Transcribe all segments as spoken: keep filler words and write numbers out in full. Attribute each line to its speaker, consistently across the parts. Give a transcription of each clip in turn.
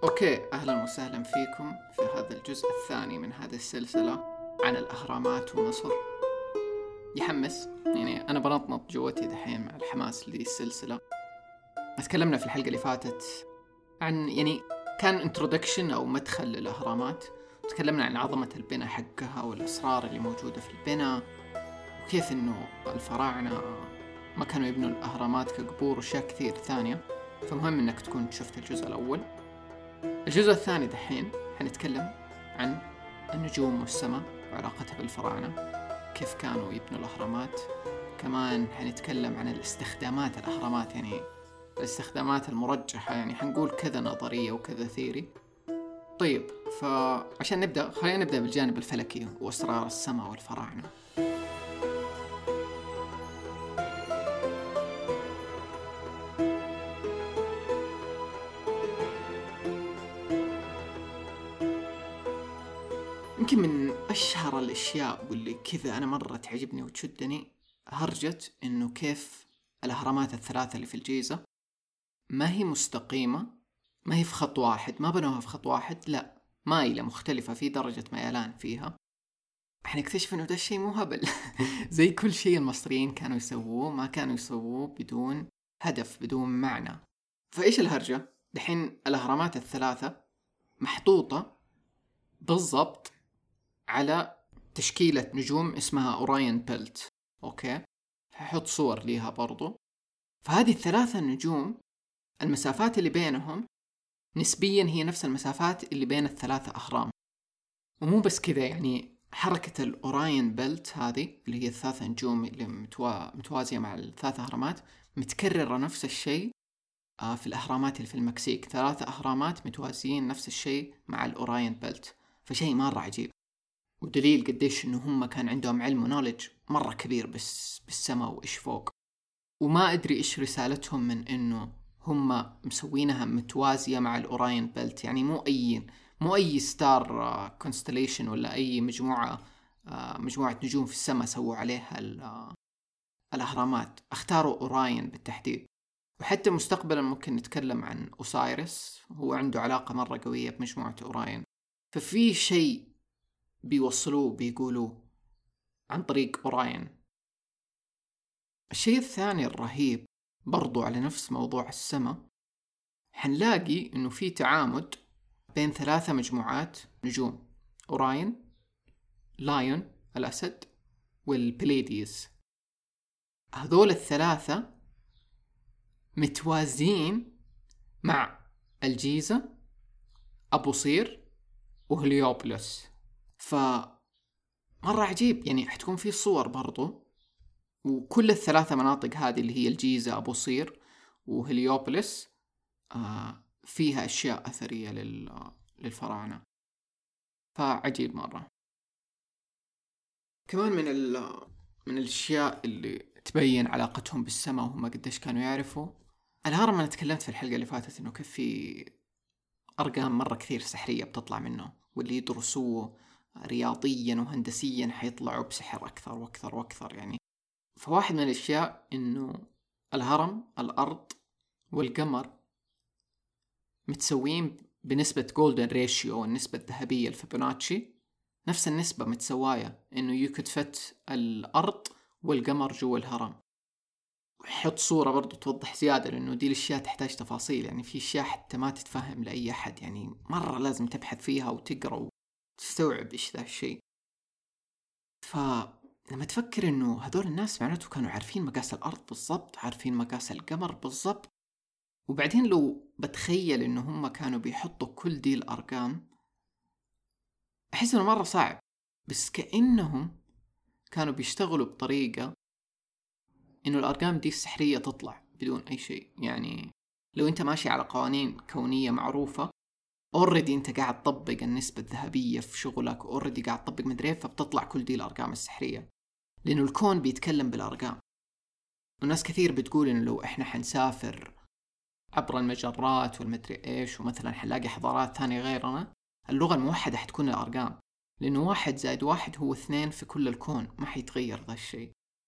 Speaker 1: أوكي، أهلا وسهلا فيكم في هذا الجزء الثاني من هذه السلسلة عن الأهرامات ومصر. يحمس، يعني أنا بنطنط جوتي دحين مع الحماس لدي السلسلة. تكلمنا في الحلقة اللي فاتت عن يعني كان introduction أو مدخل للأهرامات، تكلمنا عن عظمة البناء حقها والأسرار اللي موجودة في البناء، وكيف إنه الفراعنة ما كانوا يبنوا الأهرامات كقبور وأشياء كثير ثانية. فمهم إنك تكون شفت الجزء الأول. الجزء الثاني دحين حنتكلم عن النجوم والسماء وعلاقتها بالفراعنة، كيف كانوا يبنوا الأهرامات. كمان حنتكلم عن الاستخدامات الأهرامات، يعني الاستخدامات المرجحة، يعني حنقول كذا نظرية وكذا ثيري. طيب، فعشان نبدأ خلينا نبدأ بالجانب الفلكي وأسرار السماء والفراعنة. يمكن من أشهر الأشياء واللي كذا أنا مرة تعجبني وتشدني هرجة إنه كيف الأهرامات الثلاثة اللي في الجيزة ما هي مستقيمة، ما هي في خط واحد، ما بنوها في خط واحد، لا، مايلة مختلفة في درجة ميلان فيها. حنكتشف إنه ده الشيء مو هبل. زي كل شيء المصريين كانوا يسووه، ما كانوا يسووه بدون هدف، بدون معنى. فإيش الهرجة؟ دحين الأهرامات الثلاثة محطوطة بالضبط على تشكيلة نجوم اسمها أوراين بيلت. أوكي، هحط صور ليها برضو. فهذه الثلاثة نجوم المسافات اللي بينهم نسبيا هي نفس المسافات اللي بين الثلاثة أهرام. ومو بس كذا، يعني حركة الأوراين بيلت هذه اللي هي الثلاثة نجوم اللي متوا... متوازية مع الثلاثة أهرامات متكررة نفس الشيء في الأهرامات اللي في المكسيك. ثلاثة أهرامات متوازيين نفس الشيء مع الأوراين بيلت، فشيء مرة عجيب. ودليل قديش إنه هم كان عندهم علم ونولج مرة كبير بس بالسماء وإيش فوق. وما أدري إيش رسالتهم من إنه هم مسوينها متوازية مع الأوراين بيلت، يعني مو أي مو أي ستار كونستليشن ولا أي مجموعة مجموعة نجوم في السماء سووا عليها الأهرامات، اختاروا أوراين بالتحديد. وحتى مستقبلا ممكن نتكلم عن أوسايرس، هو عنده علاقة مرة قوية بمجموعة أوراين. ففي شيء بيوصلوه بيقولوه عن طريق أوراين. الشيء الثاني الرهيب برضو على نفس موضوع السماء، حنلاقي إنه في تعامد بين ثلاثة مجموعات نجوم: أوراين، لايون الأسد، والبليديز. هذول الثلاثة متوازين مع الجيزة، أبو صير، وهليوبوليس. فمرة عجيب، يعني حتكون في صور برضو، وكل الثلاثة مناطق هذه اللي هي الجيزة، أبو صير، وهليوبوليس آه فيها أشياء أثرية للفراعنة. فعجيب مرة. كمان من من الأشياء اللي تبين علاقتهم بالسماء وهم قديش كانوا يعرفوا الهرم. أنا تكلمت في الحلقة اللي فاتت إنه كيف في أرقام مرة كثير سحرية بتطلع منه، واللي يدرسوه رياضيا وهندسيا حيطلعوا بسحر أكثر وأكثر وأكثر يعني. فواحد من الأشياء إنه الهرم، الأرض والقمر متسوين بنسبة جولدن ريشيو، النسبة الذهبية الفيبوناتشي، نفس النسبة متسواية، إنه يمكن تفت الأرض والقمر جوا الهرم. حط صورة برضو توضح زيادة، لأنه دي الأشياء تحتاج تفاصيل، يعني في أشياء حتى ما تتفهم لأي أحد، يعني مرة لازم تبحث فيها وتقرأ وتستوعب إيش ذا الشيء. فلما تفكر إنه هذول الناس معناته كانوا عارفين مقاس الأرض بالضبط، عارفين مقاس القمر بالضبط. وبعدين لو بتخيل إنه هم كانوا بيحطوا كل دي الأرقام، أحس إنه مرة صعب، بس كأنهم كانوا بيشتغلوا بطريقة إنه الأرقام دي السحرية تطلع بدون أي شيء. يعني لو أنت ماشي على قوانين كونية معروفة، أوريدي أنت قاعد تطبق النسبة الذهبية في شغلك، أوريدي قاعد تطبق مدري، فبتطلع كل دي الأرقام السحرية، لأنه الكون بيتكلم بالأرقام. وناس كثير بتقول إنه لو إحنا حنسافر عبر المجرات والمدري إيش، ومثلا حنلاقي حضارات ثانية غيرنا، اللغة الموحدة حتكون الأرقام، لأنه واحد زائد واحد هو اثنين في كل الكون، ما حيتغير ذا الشيء.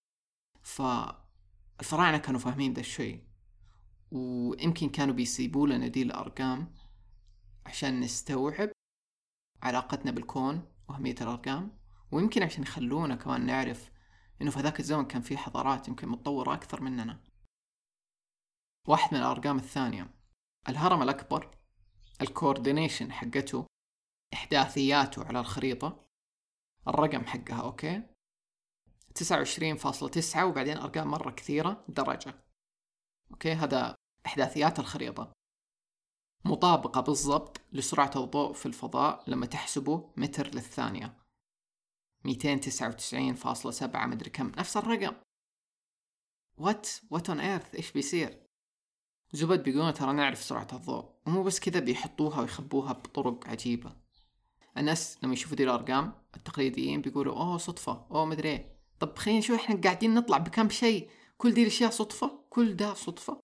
Speaker 1: فالفراعنة كانوا فاهمين ذا الشيء، ويمكن كانوا بيسيبوا لنا دي الأرقام عشان نستوعب علاقتنا بالكون وأهمية الأرقام، ويمكن عشان يخلونا كمان نعرف إنه في ذاك الزمن كان في حضارات يمكن متطورة أكثر مننا. واحد من الأرقام الثانية، الهرم الأكبر، الكوردينيشن حقته، إحداثياته على الخريطة، الرقم حقها أوكي تسعة وعشرين فاصلة تسعة، وبعدين أرقام مرة كثيرة درجة أوكي. هذا إحداثيات الخريطة، مطابقة بالضبط لسرعة الضوء في الفضاء لما تحسبه متر للثانية، مئتين وتسعة وتسعين فاصلة سبعة مدري كم، نفس الرقم. وات وات اون ايرث، ايش بيصير؟ زبد بيقولون ترى نعرف سرعة الضوء، ومو بس كذا بيحطوها ويخبوها بطرق عجيبة. الناس لما يشوفوا دي الأرقام التقليديين بيقولوا اوه صدفة، اوه مدري ايه. طب خلينا نشوف، احنا قاعدين نطلع بكم شيء، كل دي الاشياء صدفة، كل ده صدفة.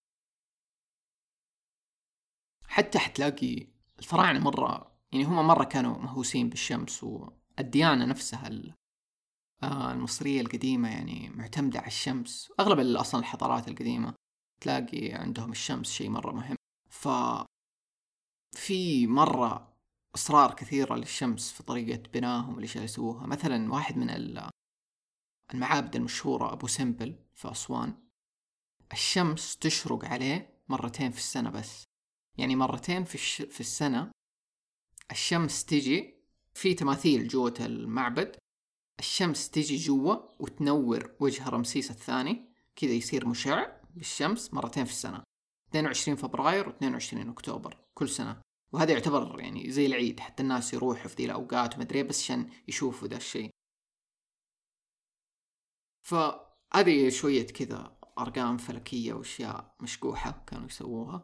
Speaker 1: حتى حتلاقي الفراعنة مرة يعني هم مرة كانوا مهووسين بالشمس، والديانة نفسها المصرية القديمة يعني معتمدة على الشمس. أغلب أصلا الحضارات القديمة تلاقي عندهم الشمس شيء مرة مهم، ففي مرة أسرار كثيرة للشمس في طريقة بنائهم والأشياء اللي يسووها. مثلا واحد من المعابد المشهورة أبو سمبل في أسوان، الشمس تشرق عليه مرتين في السنة بس، يعني مرتين في, الش... في السنة الشمس تجي في تماثيل جوة المعبد، الشمس تجي جوا وتنور وجه رمسيس الثاني كذا، يصير مشع بالشمس مرتين في السنة، اثنين وعشرين فبراير و اثنين وعشرين أكتوبر كل سنة. وهذا يعتبر يعني زي العيد، حتى الناس يروحوا في ذي الأوقات ومدري بس عشان يشوفوا ذا الشيء. فهذه شوية كذا أرقام فلكية وأشياء مشكوحة كانوا يسووها.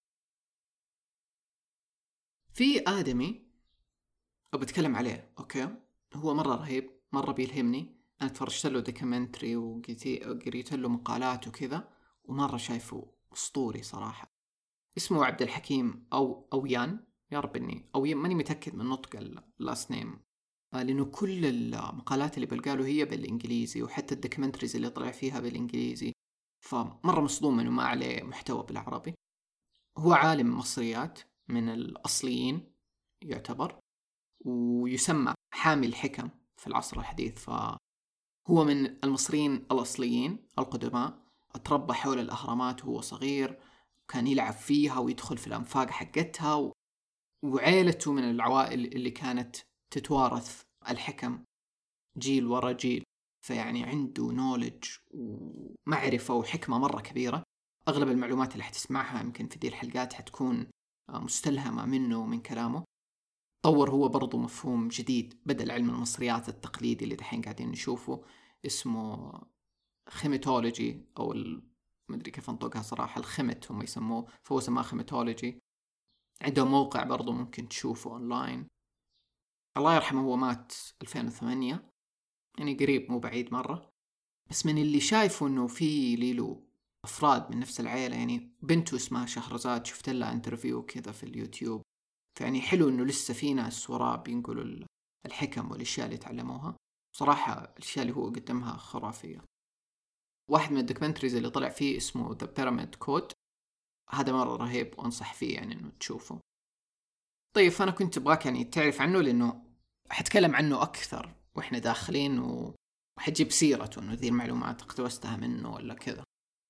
Speaker 1: في آدمي وبتكلم عليه أوكي، هو مرة رهيب، مرة بيلهمني. أنا تفرجت له دوكيومنتري وقريت له مقالات وكذا، ومرة شايفه أسطوري صراحة. اسمه عبد الحكيم أو أويان، يا رب إني أو ماني متأكد من نطق اللاست نيم، لأنه كل المقالات اللي بلقاله هي بالإنجليزي، وحتى الدوكيومنتريز اللي طلع فيها بالإنجليزي، فمرة مصدوم إنه ما عليه محتوى بالعربي. هو عالم مصريات من الأصليين يعتبر، ويسمى حامي الحكم في العصر الحديث. فهو من المصريين الأصليين القدماء، اتربى حول الأهرامات وهو صغير، كان يلعب فيها ويدخل في الأنفاق حقتها و... وعائلته من العوائل اللي كانت تتوارث الحكم جيل ورا جيل، فيعني عنده نولج ومعرفة وحكمة مرة كبيرة. أغلب المعلومات اللي حتسمعها يمكن في دي الحلقات حتكون مستلهمة منه ومن كلامه. طور هو برضو مفهوم جديد بدل علم المصريات التقليدي اللي دحين قاعدين نشوفه، اسمه خيميتولوجي أو مدري كيف انطقها صراحة، الخمت هم يسموه، فهو سماه خيميتولوجي. عنده موقع برضو ممكن تشوفه أونلاين. الله يرحمه هو مات ألفين وثمانية، يعني قريب مو بعيد مرة. بس من اللي شايفه انه في ليلو افراد من نفس العائلة، يعني بنته اسمها شهرزاد، شفت لها انترفيو كذا في اليوتيوب، فيعني حلو انه لسه في ناس وراء بينقلوا الحكم والاشياء اللي تعلموها. صراحة الاشياء اللي هو قدمها خرافية. واحد من الدوكيومنتريز اللي طلع فيه اسمه The Pyramid Code، هذا مرة رهيب وانصح فيه يعني انه تشوفه. طيب فانا كنت ابغاك يعني تعرف عنه، لانه حتكلم عنه اكثر واحنا داخلين، وحجيب سيرته انه ذي المعلومات اقتبستها منه ولا كذا.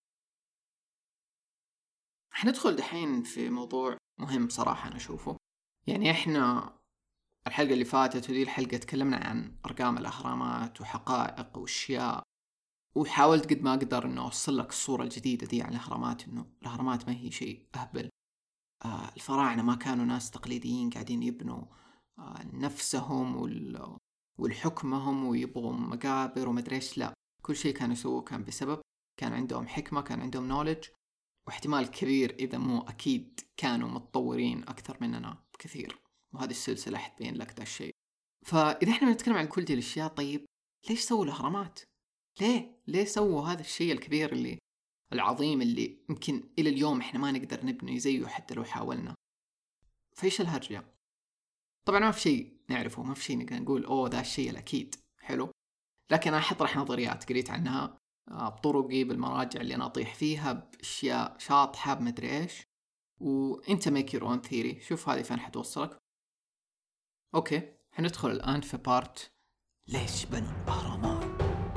Speaker 1: حندخل دحين في موضوع مهم صراحة أنا أشوفه. يعني إحنا الحلقة اللي فاتت ودي الحلقة تكلمنا عن أرقام الأهرامات وحقائق وأشياء، وحاولت قد ما أقدر إنه أوصل لك الصورة الجديدة دي عن الأهرامات، إنه الأهرامات ما هي شيء أهبل. آه الفراعنة ما كانوا ناس تقليديين قاعدين يبنوا آه نفسهم وال... والحكمهم ويبغوا مقابر ومدريش، لا، كل شيء كانوا يسووه كان بسبب، كان عندهم حكمة، كان عندهم نولج، واحتمال كبير إذا مو أكيد كانوا متطورين أكثر مننا بكثير. وهذه السلسلة حتبين لك ذا الشيء. فإذا إحنا بنتكلم عن كل دي الأشياء، طيب ليش سووا الأهرامات؟ ليه؟ ليه سووا هذا الشيء الكبير اللي العظيم اللي يمكن إلى اليوم إحنا ما نقدر نبني زيه حتى لو حاولنا؟ فإيش الهرجة؟ طبعا ما في شيء نعرفه، ما في شيء نقدر نقول أوه ذا الشيء الأكيد حلو، لكن أنا أحطرح نظريات قريت عنها بطرقي بالمراجع اللي أنا أطيح فيها بأشياء شاطحة بمدري إيش، وانت make your own theory. شوف هذه فين حتوصلك. اوكي، حندخل الآن في بارت ليش بنوا الأهرامات.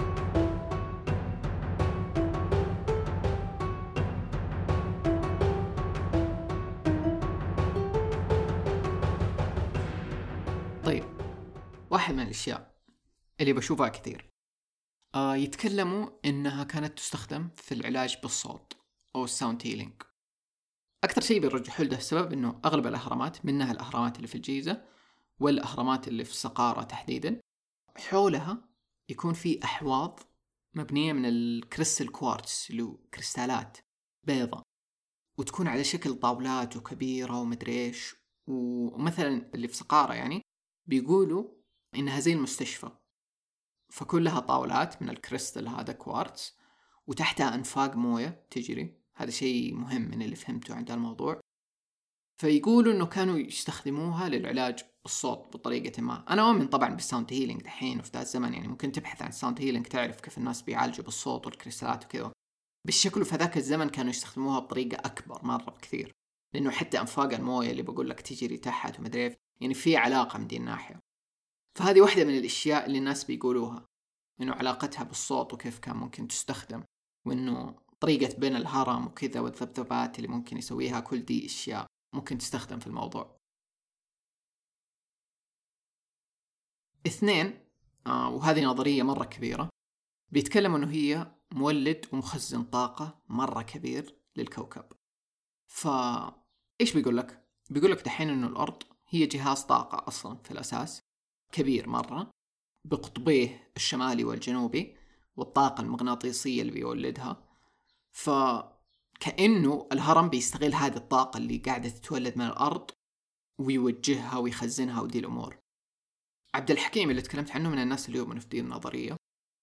Speaker 1: طيب، واحد من الأشياء اللي بشوفها كثير آه يتكلموا إنها كانت تستخدم في العلاج بالصوت أو الساوند هيلينج. أكثر شيء بيرجحوا له السبب إنه أغلب الأهرامات، منها الأهرامات اللي في الجيزة والأهرامات اللي في سقارة تحديدا، حولها يكون في أحواض مبنية من الكريستال كوارتز اللي هو كريستالات بيضة، وتكون على شكل طاولات وكبيرة ومدريش. ومثلا اللي في سقارة يعني بيقولوا إنها زي المستشفى، فكلها طاولات من الكريستال هذا كوارتز، وتحتها أنفاق موية تجري. هذا شيء مهم من اللي فهمته عند الموضوع. فيقولوا إنه كانوا يستخدموها للعلاج بالصوت بطريقة ما. أنا أؤمن طبعا بالساوند هيلينج دحين وفي ذا الزمن، يعني ممكن تبحث عن الساوند هيلينج تعرف كيف الناس بيعالجوا بالصوت والكريستالات وكذا. بالشكل في ذاك الزمن كانوا يستخدموها بطريقة أكبر مرة بكثير، لأنه حتى أنفاق الموية اللي بقول لك تجري تحت ومدري، يعني في علاقة من دي الناحية. فهذه واحدة من الأشياء اللي الناس بيقولوها، إنه علاقتها بالصوت وكيف كان ممكن تستخدم، وإنه طريقة بين الهرم وكذا والذبذبات اللي ممكن يسويها، كل دي أشياء ممكن تستخدم في الموضوع. اثنين، آه وهذه نظرية مرة كبيرة، بيتكلموا إنه هي مولد ومخزن طاقة مرة كبير للكوكب. فا إيش بيقول لك؟ بيقول لك دحين إنه الأرض هي جهاز طاقة أصلا في الأساس كبير مرة، بقطبيه الشمالي والجنوبي والطاقة المغناطيسية اللي بيولدها. فكأنه الهرم بيستغل هذه الطاقة اللي قاعدة تتولد من الأرض ويوجهها ويخزنها ودي الأمور. عبد الحكيم اللي تكلمت عنه من الناس اللي يؤمنوا في دي النظرية.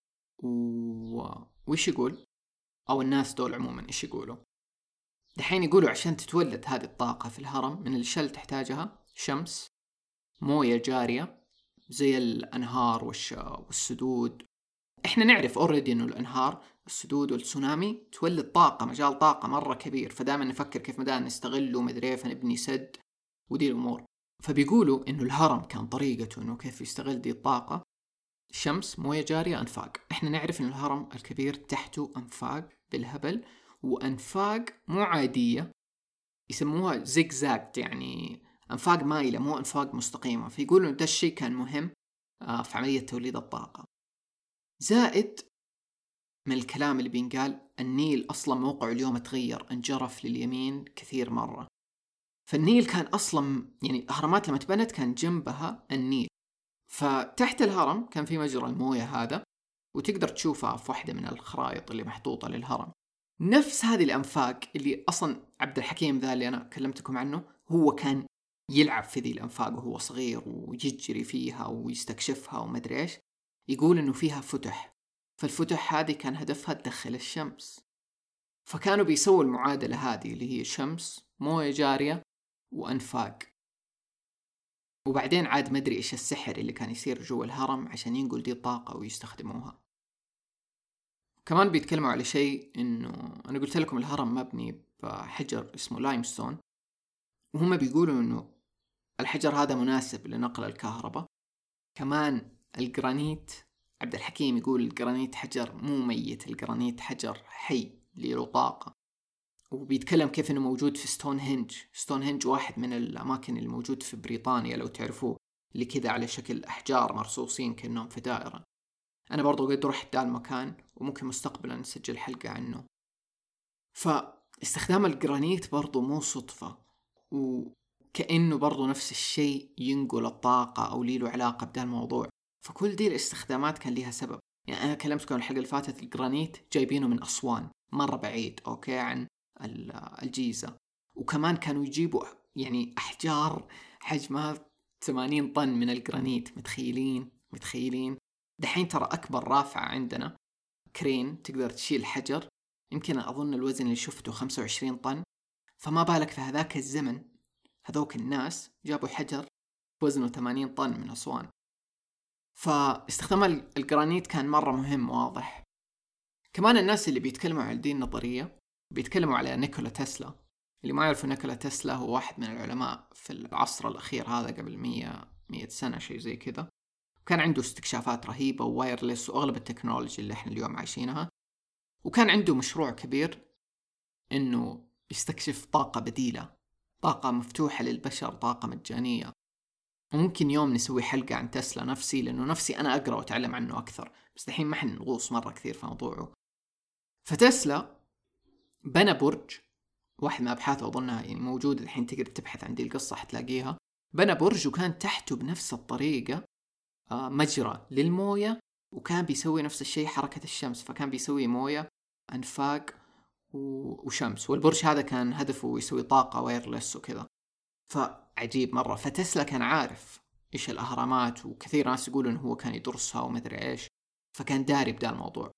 Speaker 1: و... وإيش يقول؟ أو الناس دول عموما إيش يقولوا؟ دحين يقولوا عشان تتولد هذه الطاقة في الهرم، من الأشياء اللي تحتاجها شمس، موية جارية زي الأنهار والش... والسدود. إحنا نعرف أوريدي إنه الأنهار، السدود والتسونامي تولد طاقة، مجال طاقة مرة كبير، فدائما نفكر كيف مدان نستغله، مدري فنبني سد ودي الأمور. فبيقولوا إنه الهرم كان طريقته إنه كيف يستغل دي الطاقة، شمس، موية جارية، أنفاق. إحنا نعرف إن الهرم الكبير تحته أنفاق بالهبل، وأنفاق مو عادية، يسموها زيغزاغ، يعني أنفاق مايلة مو أنفاق مستقيمة. فيقولوا إن ده الشيء كان مهم في عملية توليد الطاقة. زائد من الكلام اللي بينقال، النيل أصلا موقعه اليوم تغير، انجرف لليمين كثير مرة. فالنيل كان أصلا، يعني الأهرامات لما تبنت كان جنبها النيل، فتحت الهرم كان في مجرى الموية هذا، وتقدر تشوفها في واحدة من الخرائط اللي محطوطة للهرم. نفس هذه الأنفاق اللي أصلا عبد الحكيم ذا اللي أنا كلمتكم عنه، هو كان يلعب في ذي الأنفاق وهو صغير ويجري فيها ويستكشفها ومدري إيش. يقول إنه فيها فتح، فالفتح هذه كان هدفها تدخل الشمس. فكانوا بيسووا المعادلة هذه اللي هي شمس، موية جارية، وأنفاق. وبعدين عاد مدري إيش السحر اللي كان يصير جوا الهرم عشان ينقل دي الطاقة ويستخدموها. كمان بيتكلموا على شيء، إنه أنا قلت لكم الهرم مبني بحجر اسمه لايمستون، وهم بيقولوا إنه الحجر هذا مناسب لنقل الكهرباء. كمان الجرانيت، عبد الحكيم يقول الجرانيت حجر مو ميت، الجرانيت حجر حي له طاقة. وبيتكلم كيف إنه موجود في ستون هنج. ستون هنج واحد من الأماكن اللي موجود في بريطانيا لو تعرفوه، اللي كذا على شكل أحجار مرصوصين كأنهم في دائرة. أنا برضو قد رحت دا المكان، وممكن مستقبلا نسجل حلقة عنه. فاستخدام الجرانيت برضو مو صدفة، وكأنه برضو نفس الشيء ينقل الطاقة أو ليه له علاقة بدا الموضوع. فكل دي الاستخدامات كان لها سبب. يعني أنا كلمتكم الحلقة اللي فاتت الجرانيت جايبينه من أسوان، مرة بعيد أوكي عن الجيزة. وكمان كانوا يجيبوا يعني أحجار حجمها ثمانين طن من الجرانيت. متخيلين متخيلين دحين ترى أكبر رافعة عندنا كرين تقدر تشيل حجر، يمكن أظن الوزن اللي شفته خمسة وعشرين طن. فما بالك في هذاك الزمن هذوك الناس جابوا حجر وزنه ثمانين طن من أسوان. فاستخدام الجرانيت كان مرة مهم واضح. كمان الناس اللي بيتكلموا على دي النظرية بيتكلموا على نيكولا تسلا. اللي ما يعرف نيكولا تسلا هو واحد من العلماء في العصر الأخير هذا قبل مية مية سنة شيء زي كذا، وكان عنده استكشافات رهيبة ووايرلس وأغلب التكنولوجيا اللي احنا اليوم عايشينها، وكان عنده مشروع كبير إنه يستكشف طاقة بديلة، طاقة مفتوحة للبشر، طاقة مجانية. وممكن يوم نسوي حلقة عن تسلا نفسي، لأنه نفسي أنا أقرأ وأتعلم عنه أكثر، بس الحين ما حنغوص مرة كثير في موضوعه. فتسلا بنى برج، واحد من أبحاثه أظنها يعني موجودة الحين، تقدر تبحث عن دي القصة حتلاقيها. بنى برج وكان تحته بنفس الطريقة مجرى للموية، وكان بيسوي نفس الشيء حركة الشمس، فكان بيسوي موية أنفاق وشمس. والبرج هذا كان هدفه يسوي طاقة وايرلس وكذا، فعجيب مرة. فتسلا كان عارف إيش الأهرامات، وكثير ناس يقولوا إنه هو كان يدرسها ومدري إيش، فكان داري بدا الموضوع.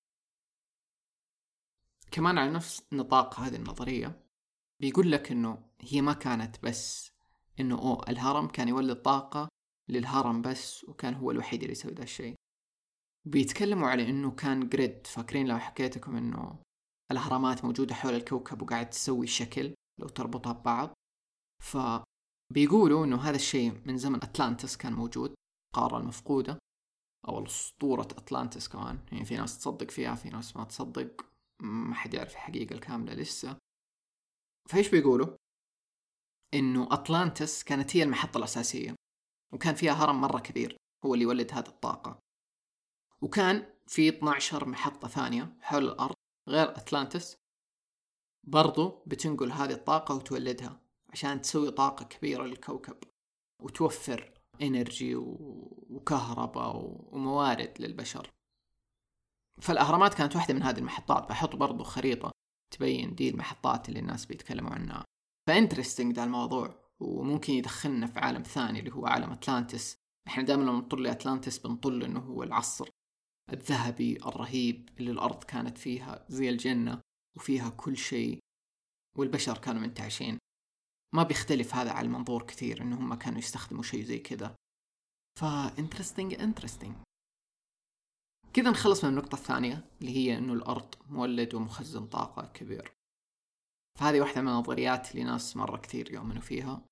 Speaker 1: كمان على نفس نطاق هذه النظرية بيقول لك إنه هي ما كانت بس إنه أوه الهرم كان يولد طاقة للهرم بس، وكان هو الوحيد اللي يسوي ذا الشيء. بيتكلموا على إنه كان جريد. فاكرين لو حكيتكم إنه الأهرامات موجودة حول الكوكب وقاعد تسوي شكل لو تربطها ببعض؟ فبيقولوا إنه هذا الشيء من زمن أتلانتس كان موجود، القارة المفقودة أو أسطورة أتلانتس كمان. يعني في ناس تصدق فيها، في ناس ما تصدق، ما حد يعرف الحقيقة الكاملة لسه. فإيش بيقولوا؟ إنه أتلانتس كانت هي المحطة الأساسية، وكان فيها هرم مرة كبير هو اللي يولد هذه الطاقة، وكان في اثنا عشر محطة ثانية حول الأرض غير أتلانتس برضو بتنقل هذه الطاقة وتولدها عشان تسوي طاقة كبيرة للكوكب وتوفر إنرجي وكهرباء وموارد للبشر. فالأهرامات كانت واحدة من هذه المحطات. بحط برضو خريطة تبين دي المحطات اللي الناس بيتكلموا عنها. فإنترستينج ده الموضوع، وممكن يدخلنا في عالم ثاني اللي هو عالم أتلانتس. إحنا دائما لما نطل لأتلانتس بنطل إنه هو العصر الذهبي الرهيب اللي الأرض كانت فيها زي الجنة وفيها كل شيء والبشر كانوا منتعشين. ما بيختلف هذا على المنظور كثير، إنه هم كانوا يستخدموا شيء زي كذا. فإنترستينج إنترستينج كذا. نخلص من النقطة الثانية اللي هي إنه الأرض مولد ومخزن طاقة كبير. فهذه واحدة من النظريات اللي ناس مرة كثير يؤمنوا فيها.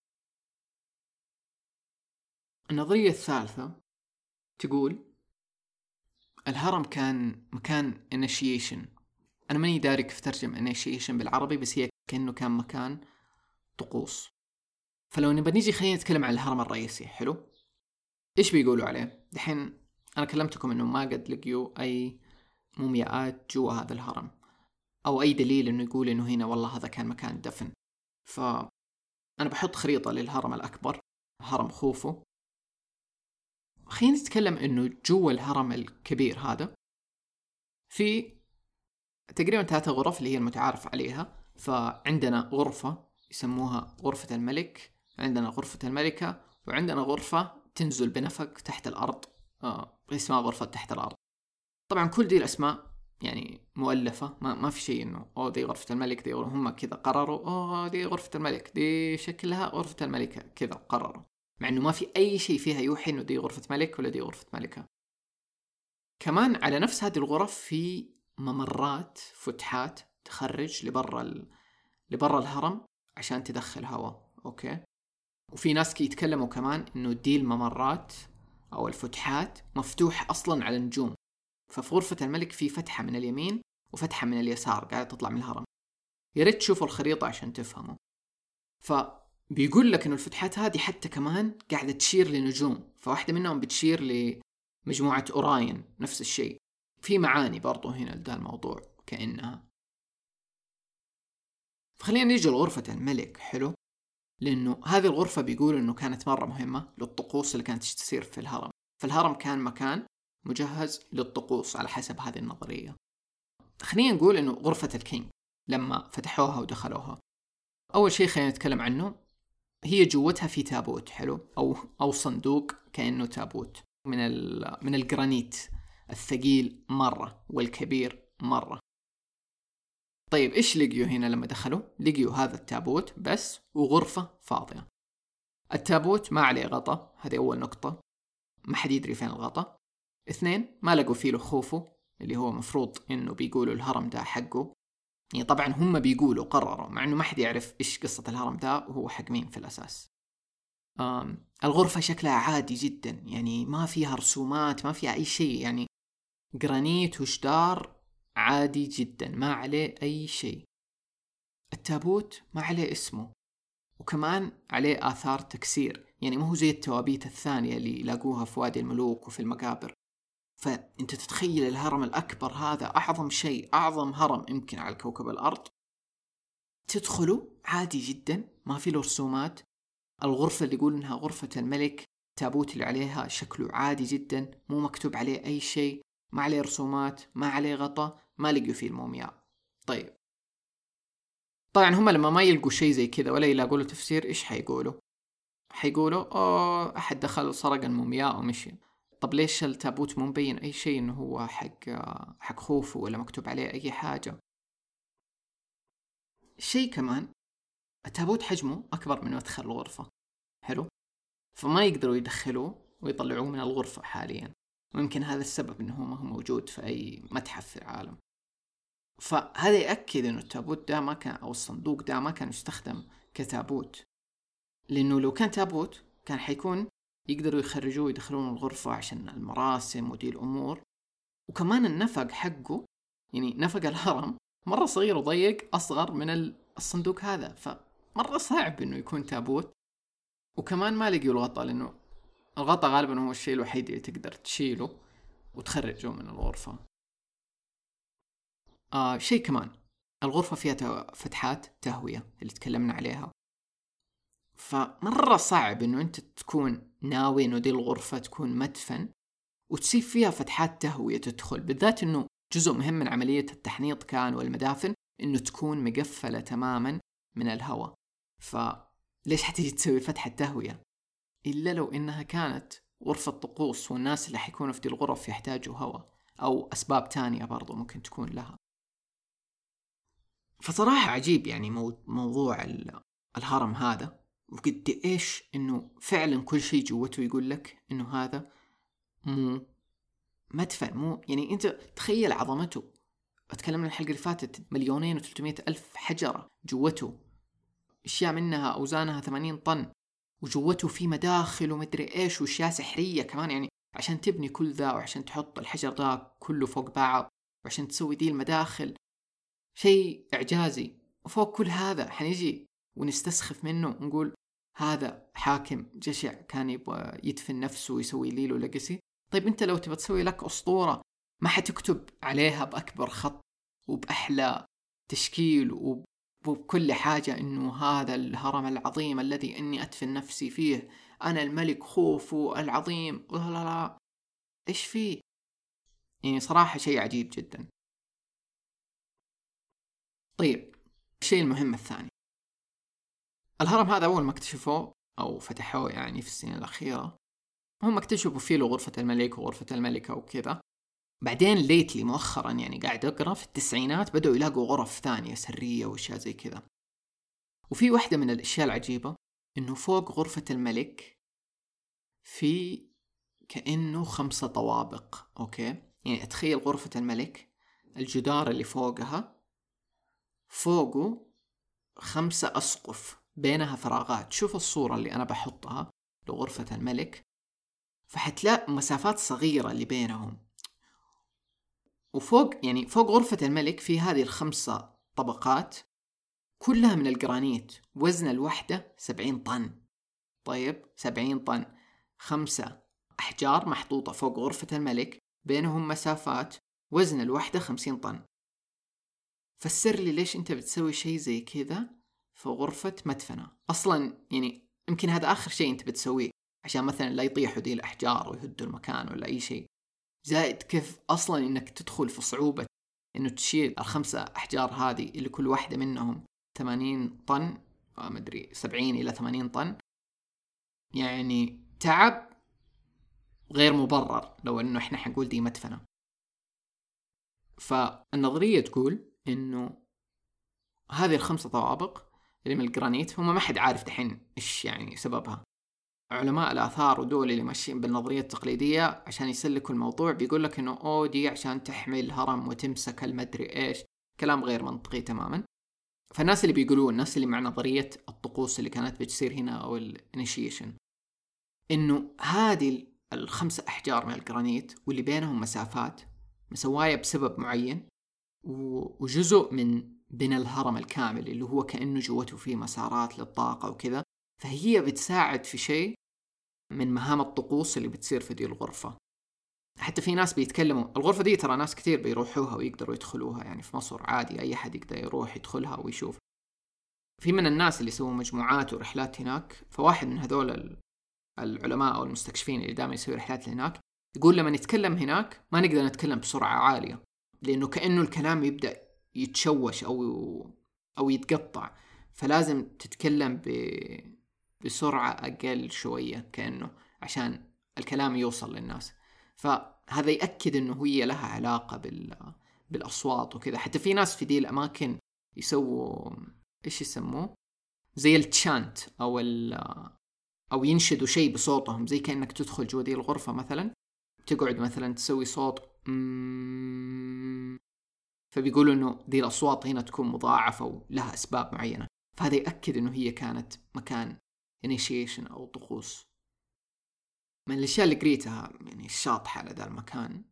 Speaker 1: النظرية الثالثة تقول الهرم كان مكان initiation. أنا ماني داري كيف ترجم initiation بالعربي، بس هي كأنه كان مكان طقوس. فلو نبى نيجي خلينا نتكلم عن الهرم الرئيسي. حلو، إيش بيقولوا عليه دحين؟ أنا كلمتكم إنه ما قد لقيوا أي مومياءات جوا هذا الهرم أو أي دليل إنه يقول إنه هنا والله هذا كان مكان دفن. فأنا بحط خريطة للهرم الأكبر، هرم خوفو. خلينا نتكلم إنه جوا الهرم الكبير هذا في تقريبا ثلاثة غرف اللي هي المتعارف عليها. فعندنا غرفة يسموها غرفة الملك، عندنا غرفة الملكة، وعندنا غرفة تنزل بنفق تحت الأرض آه اسمها غرفة تحت الأرض. طبعا كل دي الأسماء يعني مؤلفة، ما, ما في شيء إنه أوه دي غرفة الملك، دي هم كذا قرروا أوه دي غرفة الملك، دي شكلها غرفة الملكة كذا قرروا، مع إنه ما في أي شيء فيها يوحي إنه دي غرفة ملك ولا دي غرفة ملكة. كمان على نفس هذه الغرف في ممرات فتحات تخرج لبرا ال... لبرا الهرم عشان تدخل هواء. أوكي، وفي ناس كي يتكلموا كمان إنه دي الممرات أو الفتحات مفتوح أصلاً على النجوم. ففي غرفة الملك في فتحة من اليمين وفتحة من اليسار قاعدة تطلع من الهرم. يا ريت تشوفوا الخريطة عشان تفهموا. فبيقول لك إنه الفتحات هذه حتى كمان قاعدة تشير لنجوم، فواحدة منهم بتشير لمجموعة أوراين، نفس الشيء. في معاني برضو هنا لده الموضوع كأنها. فخلينا نيجي لغرفة الملك. حلو، لأنه هذه الغرفة بيقول إنه كانت مرة مهمة للطقوس اللي كانت تصير في الهرم. فالهرم كان مكان مجهز للطقوس على حسب هذه النظرية. خلينا نقول إنه غرفة الكينج لما فتحوها ودخلوها، أول شيء خلينا نتكلم عنه. هي جوتها في تابوت. حلو، أو أو صندوق كأنه تابوت من ال من الجرانيت الثقيل مرة والكبير مرة. طيب إيش لقيوا هنا لما دخلوا؟ لقيوا هذا التابوت بس وغرفة فاضية. التابوت ما عليه غطا، هذه أول نقطة، ما حد يدري فين الغطا. اثنين، ما لقوا فيه خوفو اللي هو مفروض إنه بيقولوا الهرم ده حقه، يعني طبعا هم بيقولوا قرروا، مع انه ما حد يعرف ايش قصة الهرم ده وهو حق مين في الاساس. آم الغرفة شكلها عادي جدا، يعني ما فيها رسومات، ما فيها اي شيء، يعني جرانيت وجدار عادي جدا ما عليه اي شيء. التابوت ما عليه اسمه، وكمان عليه آثار تكسير، يعني ما هو زي التوابيت الثانية اللي يلاقوها في وادي الملوك وفي المقابر. فأنت تتخيل الهرم الأكبر هذا، أعظم شيء، أعظم هرم يمكن على كوكب الأرض، تدخله عادي جدا ما في له رسومات. الغرفة اللي يقول إنها غرفة الملك، التابوت اللي عليها شكله عادي جدا، مو مكتوب عليه أي شيء، ما عليه رسومات، ما عليه غطا، ما لقوا فيه المومياء. طيب طبعا هم لما ما يلقوا شيء زي كذا ولا يلاقوا له تفسير، إيش حيقولوا؟ حيقولوا أوه أحد دخل سرق المومياء ومشي. طب ليش التابوت مو مبين أي شيء إنه هو حق حق خوفو ولا مكتوب عليه أي حاجة؟ شيء كمان، التابوت حجمه أكبر من مدخل الغرفة، حلو؟ فما يقدروا يدخلوه ويطلعوه من الغرفة حاليا، ويمكن هذا السبب إنه ما هو موجود في أي متحف في العالم. فهذا يأكد إنه التابوت ده ما كان، أو الصندوق ده ما كان يستخدم كتابوت، لأنه لو كان تابوت كان حيكون يقدروا يخرجوه ويدخلون الغرفة عشان المراسم ودي الأمور. وكمان النفق حقه، يعني نفق الهرم مرة صغير وضيق، أصغر من الصندوق هذا، فمرة صعب إنه يكون تابوت. وكمان ما لقيوا الغطاء، لأنه الغطاء غالبا هو الشيء الوحيد اللي تقدر تشيله وتخرجه من الغرفة. آه شيء كمان، الغرفة فيها فتحات تهوية اللي تكلمنا عليها، فمرة صعب إنه أنت تكون ناوي إنه دي الغرفة تكون مدفن وتسيب فيها فتحات تهوية تدخل، بالذات إنه جزء مهم من عملية التحنيط كان والمدافن إنه تكون مقفلة تماما من الهواء. فليش حتيجي تسوي فتحة تهوية؟ إلا لو إنها كانت غرفة طقوس والناس اللي حيكونوا في دي الغرف يحتاجوا هواء، أو أسباب تانية برضو ممكن تكون لها. فصراحة عجيب يعني موضوع الهرم هذا، وقد إيش إنه فعلا كل شيء جوته يقول لك إنه هذا مو مدفن، مو يعني أنت تخيل عظمته. أتكلم من الحلقة اللي فاتت، مليونين وثلاثمائة ألف حجرة جوته، أشياء منها أوزانها ثمانين طن، وجوته في مداخل ومدري إيش وأشياء سحرية كمان، يعني عشان تبني كل ذا وعشان تحط الحجر ذا كله فوق بعض وعشان تسوي دي المداخل، شيء إعجازي. وفوق كل هذا حنيجي ونستسخف منه ونقول هذا حاكم جشع كان يبغى يدفن نفسه ويسوي ليلو لقسي. طيب أنت لو تبغى تسوي لك أسطورة ما حتكتب عليها بأكبر خط وبأحلى تشكيل وبكل حاجة إنه هذا الهرم العظيم الذي إني أدفن نفسي فيه، أنا الملك خوفو العظيم، لا لا لا إيش فيه؟ يعني صراحة شيء عجيب جدا. طيب الشيء المهم الثاني، الهرم هذا أول ما اكتشفوه أو فتحوه يعني في السنين الأخيرة، هم اكتشفوا فيه له غرفة الملك وغرفة الملكة وكذا. بعدين ليتلي مؤخرا يعني قاعد أقرأ في التسعينات بدأوا يلاقوا غرف ثانية سرية وأشياء زي كذا. وفي واحدة من الأشياء العجيبة إنه فوق غرفة الملك في كأنه خمسة طوابق. أوكي، يعني أتخيل غرفة الملك الجدار اللي فوقها فوقه خمسة أسقف بينها فراغات. شوف الصورة اللي أنا بحطها لغرفة الملك، فحتلاقي مسافات صغيرة اللي بينهم. وفوق يعني فوق غرفة الملك في هذه الخمسة طبقات كلها من الجرانيت، وزن الوحدة سبعين طن. طيب سبعين طن، خمسة أحجار محطوطة فوق غرفة الملك بينهم مسافات، وزن الوحدة خمسين طن. فسر لي ليش أنت بتسوي شيء زي كذا في غرفة مدفنة أصلا؟ يعني يمكن هذا آخر شيء أنت بتسويه عشان مثلا لا يطيحوا دي الأحجار ويهدوا المكان ولا أي شيء. زائد كيف أصلا إنك تدخل في صعوبة إنه تشيل الخمسة أحجار هذه اللي كل واحدة منهم ثمانين طن، ما أدري سبعين إلى ثمانين طن، يعني تعب غير مبرر لو إنه إحنا حنقول دي مدفنة. فالنظرية تقول إنه هذه الخمسة طوابق اللي من الجرانيت هم ما حد عارف دحين إيش يعني سببها. علماء الآثار ودول اللي ماشيين بالنظرية التقليدية عشان يسلكوا الموضوع بيقول لك إنه أو دي عشان تحمي الهرم وتمسك المدري إيش، كلام غير منطقي تماما. فالناس اللي بيقولون، الناس اللي مع نظرية الطقوس اللي كانت بتصير هنا أو الانيشيشن، إنه هذه الخمسة أحجار من الجرانيت واللي بينهم مسافات مسواية بسبب معين، وجزء من بناء الهرم الكامل اللي هو كأنه جوته فيه مسارات للطاقة وكذا، فهي بتساعد في شيء من مهام الطقوس اللي بتصير في دي الغرفة. حتى في ناس بيتكلموا الغرفة دي ترى ناس كتير بيروحوها ويقدروا يدخلوها، يعني في مصر عادي أي حد يقدر يروح يدخلها ويشوف. في من الناس اللي يسووا مجموعات ورحلات هناك، فواحد من هذول العلماء أو المستكشفين اللي دائما يسوي رحلات لهناك يقول لما نتكلم هناك ما نقدر نتكلم بسرعة عالية، لأنه كأنه الكلام يبدأ يتشوش أو أو يتقطع، فلازم تتكلم ب... بسرعة أقل شوية كأنه عشان الكلام يوصل للناس. فهذا يأكد أنه هي لها علاقة بال... بالأصوات وكذا. حتى في ناس في دي الأماكن يسووا إيش يسموه زي التشانت أو ال... أو ينشدوا شيء بصوتهم، زي كأنك تدخل جوا دي الغرفة مثلا تقعد مثلا تسوي صوت مم... فبيقولوا إنه دي الأصوات هنا تكون مضاعفة ولها أسباب معينة. فهذا يأكد إنه هي كانت مكان initiation أو طقوس. من الأشياء اللي قريتها يعني الشاطحة على ذا المكان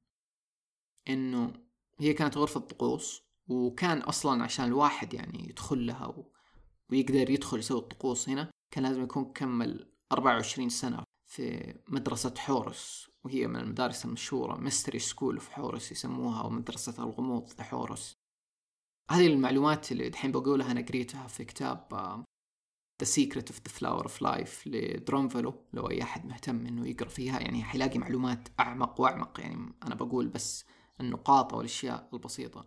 Speaker 1: إنه هي كانت غرفة طقوس، وكان أصلا عشان الواحد يعني يدخل لها و... ويقدر يدخل يسوي الطقوس هنا كان لازم يكون كمل أربعة وعشرين سنة في مدرسة حورس، وهي من المدارس المشهورة ميستري سكول في حورس يسموها، أو مدرسة الغموض في حورس. هذه المعلومات اللي دحين بقولها أنا قريتها في كتاب The Secret of the Flower of Life لدرونفلو، لو أي أحد مهتم إنه يقرأ فيها يعني حيلاقي معلومات أعمق وأعمق. يعني أنا بقول بس النقاط والأشياء البسيطة.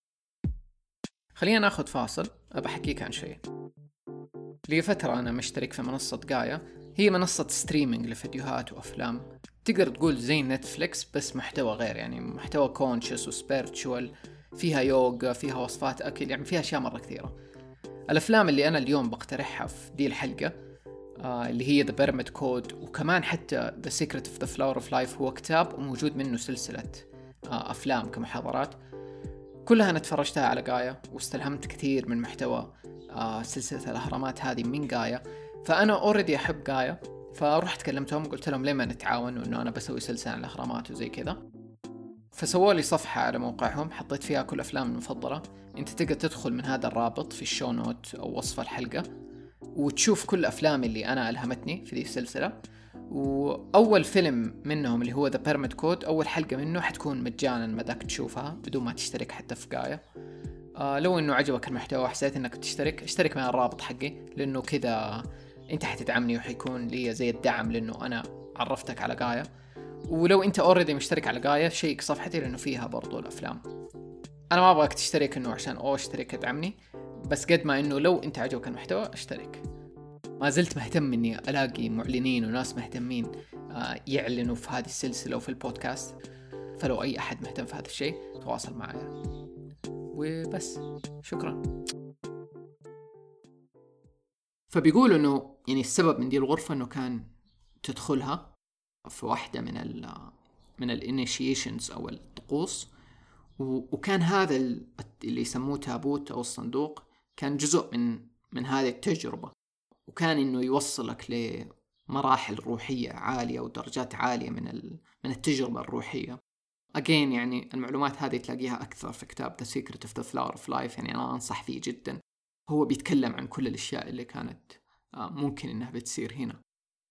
Speaker 1: خلينا ناخذ فاصل أبحكيك عن شيء. لي فترة أنا مشترك في منصة جايا، هي منصة ستريمينج لفيديوهات وأفلام، تقدر تقول زي نتفليكس بس محتوى غير، يعني محتوى كونشس وسبيرتشوال، فيها يوغا، فيها وصفات أكل، يعني فيها أشياء مرة كثيرة. الأفلام اللي أنا اليوم بقترحها في دي الحلقة آه اللي هي The Pyramid Code، وكمان حتى The Secret of the Flower of Life هو كتاب وموجود منه سلسلة آه أفلام كمحاضرات، كلها أنا تفرجتها على جايا واستلهمت كثير من محتوى آه سلسلة الأهرامات هذه من جايا. فأنا أوريدي أحب جايا، فرحت كلمتهم قلت لهم ليه ما نتعاون، وإنه أنا بسوي سلسلة عن الأهرامات وزي كذا. فسووا لي صفحة على موقعهم حطيت فيها كل أفلام المفضلة، أنت تقدر تدخل من هذا الرابط في الشو نوت أو وصف الحلقة وتشوف كل أفلام اللي أنا ألهمتني في دي السلسلة. وأول فيلم منهم اللي هو The Pyramid Code أول حلقة منه حتكون مجانا مداك تشوفها بدون ما تشترك حتى في جايا. آه لو إنه عجبك المحتوى وحسيت إنك تشترك اشترك مع الرابط حقي، لأنه كذا أنت حتدعمني وحيكون لي زي الدعم لأنه أنا عرفتك على جايا. ولو أنت أوريدي مشترك على جايا شيك صفحتي لأنه فيها برضو الأفلام. أنا ما أبغاك تشترك إنه عشان أو اشترك ادعمني، بس قد ما إنه لو أنت عجبك المحتوى اشترك. ما زلت مهتم إني ألاقي معلنين وناس مهتمين يعلنوا في هذه السلسلة وفي البودكاست، فلو أي أحد مهتم في هذا الشيء تواصل معايا. وبس شكرا. فبيقولوا إنه يعني السبب من دي الغرفة إنه كان تدخلها في واحدة من ال من الانيشيشنز أو الطقوس، وكان هذا اللي يسموه تابوت أو الصندوق كان جزء من من هذه التجربة، وكان إنه يوصلك لمراحل روحية عالية ودرجات عالية من من التجربة الروحية. again يعني المعلومات هذه تلاقيها أكثر في كتاب The Secret of the Flower of Life، يعني أنا أنصح فيه جدا. هو بيتكلم عن كل الأشياء اللي كانت ممكن إنها بتصير هنا.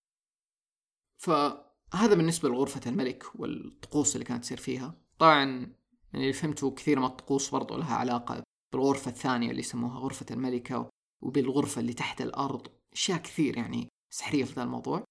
Speaker 1: فهذا بالنسبة لغرفة الملك والطقوس اللي كانت تصير فيها. طبعا يعني اللي فهمته كثير من الطقوس برضو لها علاقة بالغرفة الثانية اللي يسموها غرفة الملكة، وبالغرفة اللي تحت الأرض، أشياء كثير يعني سحرية في ذا الموضوع.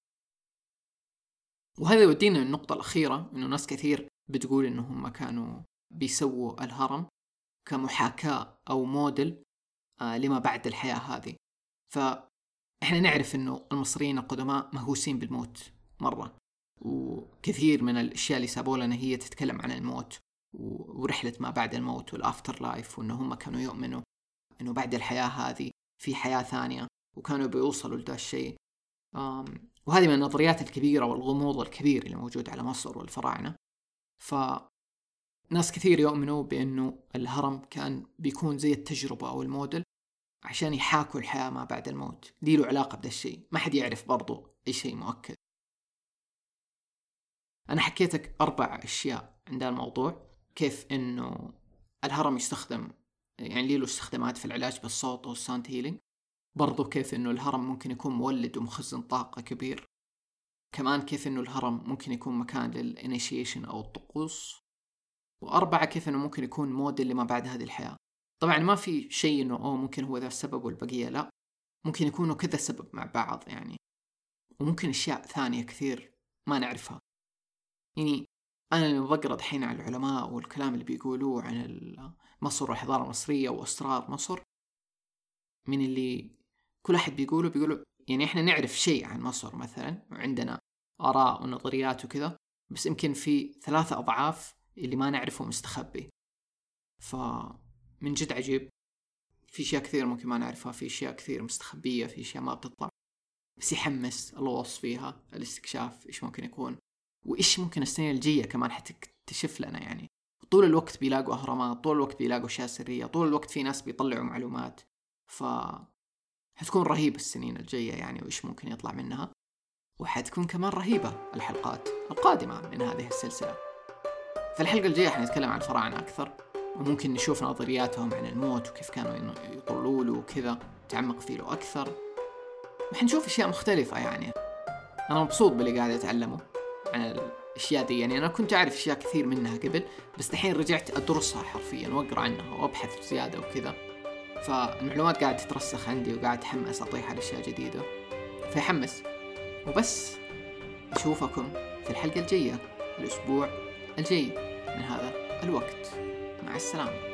Speaker 1: وهذا يودينا للنقطة الأخيرة، إنه ناس كثير بتقول إنهم كانوا بيسووا الهرم كمحاكاة أو موديل آه لما بعد الحياة هذه. فإحنا نعرف إنه المصريين القدماء مهووسين بالموت مرة، وكثير من الأشياء اللي سابوا لنا هي تتكلم عن الموت ورحلة ما بعد الموت والآفتر لايف، وإنه هم كانوا يؤمنوا إنه بعد الحياة هذه في حياة ثانية، وكانوا بيوصلوا لده الشيء. وهذه من النظريات الكبيرة والغموض الكبير اللي موجود على مصر والفراعنة. ف ناس كثير يؤمنوا بأنه الهرم كان بيكون زي التجربة أو الموديل عشان يحاكوا الحياة ما بعد الموت. دي له علاقة بدا الشيء، ما حد يعرف برضو أي شيء مؤكد. أنا حكيتك أربع أشياء عند الموضوع، كيف أنه الهرم يستخدم، يعني له استخدامات في العلاج بالصوت والساوند هيلينج، برضو كيف أنه الهرم ممكن يكون مولد ومخزن طاقة كبير، كمان كيف أنه الهرم ممكن يكون مكان للإنيشيشن أو الطقوس، وأربعة كيف أنه ممكن يكون موديل لما بعد هذه الحياة. طبعا ما في شيء أنه أوه ممكن هو ذا السبب والبقية لا، ممكن يكونوا كذا سبب مع بعض يعني، وممكن أشياء ثانية كثير ما نعرفها. يعني أنا لما بقرأ دحين على العلماء والكلام اللي بيقولوه عن مصر والحضارة المصرية وأسرار مصر، من اللي كل أحد بيقوله بيقولوا يعني إحنا نعرف شيء عن مصر مثلا، وعندنا آراء ونظريات وكذا، بس يمكن في ثلاثة أضعاف اللي ما نعرفه مستخبي. فمن جد عجيب، في أشياء كثير ممكن ما نعرفها، في أشياء كثير مستخبية، في أشياء ما بتطلع، بس يحمس الغوص فيها، الاستكشاف إيش ممكن يكون، وإيش ممكن السنين الجاية كمان حتكتشف لنا. يعني طول الوقت بيلاقوا أهرامات، طول الوقت بيلاقوا أشياء سرية، طول الوقت في ناس بيطلعوا معلومات، ف حتكون رهيبة السنين الجاية يعني، وإيش ممكن يطلع منها. وحتكون كمان رهيبة الحلقات القادمة من هذه السلسلة. في الحلقة الجاية حنتكلم عن الفراعنة أكثر، وممكن نشوف نظرياتهم عن الموت وكيف كانوا يطلوا له وكذا، تعمق فيه له أكثر، وحنشوف أشياء مختلفة. يعني أنا مبسوط باللي قاعد أتعلمه عن الأشياء دي. يعني أنا كنت أعرف أشياء كثير منها قبل، بس دحين رجعت أدرسها حرفيا وأقرأ عنها وأبحث زيادة وكذا، فالمعلومات قاعد تترسخ عندي وقاعد أتحمس أطيح على أشياء جديدة، فيحمس. وبس أشوفكم في الحلقة الجاية الأسبوع الجاي من هذا الوقت. مع السلامة.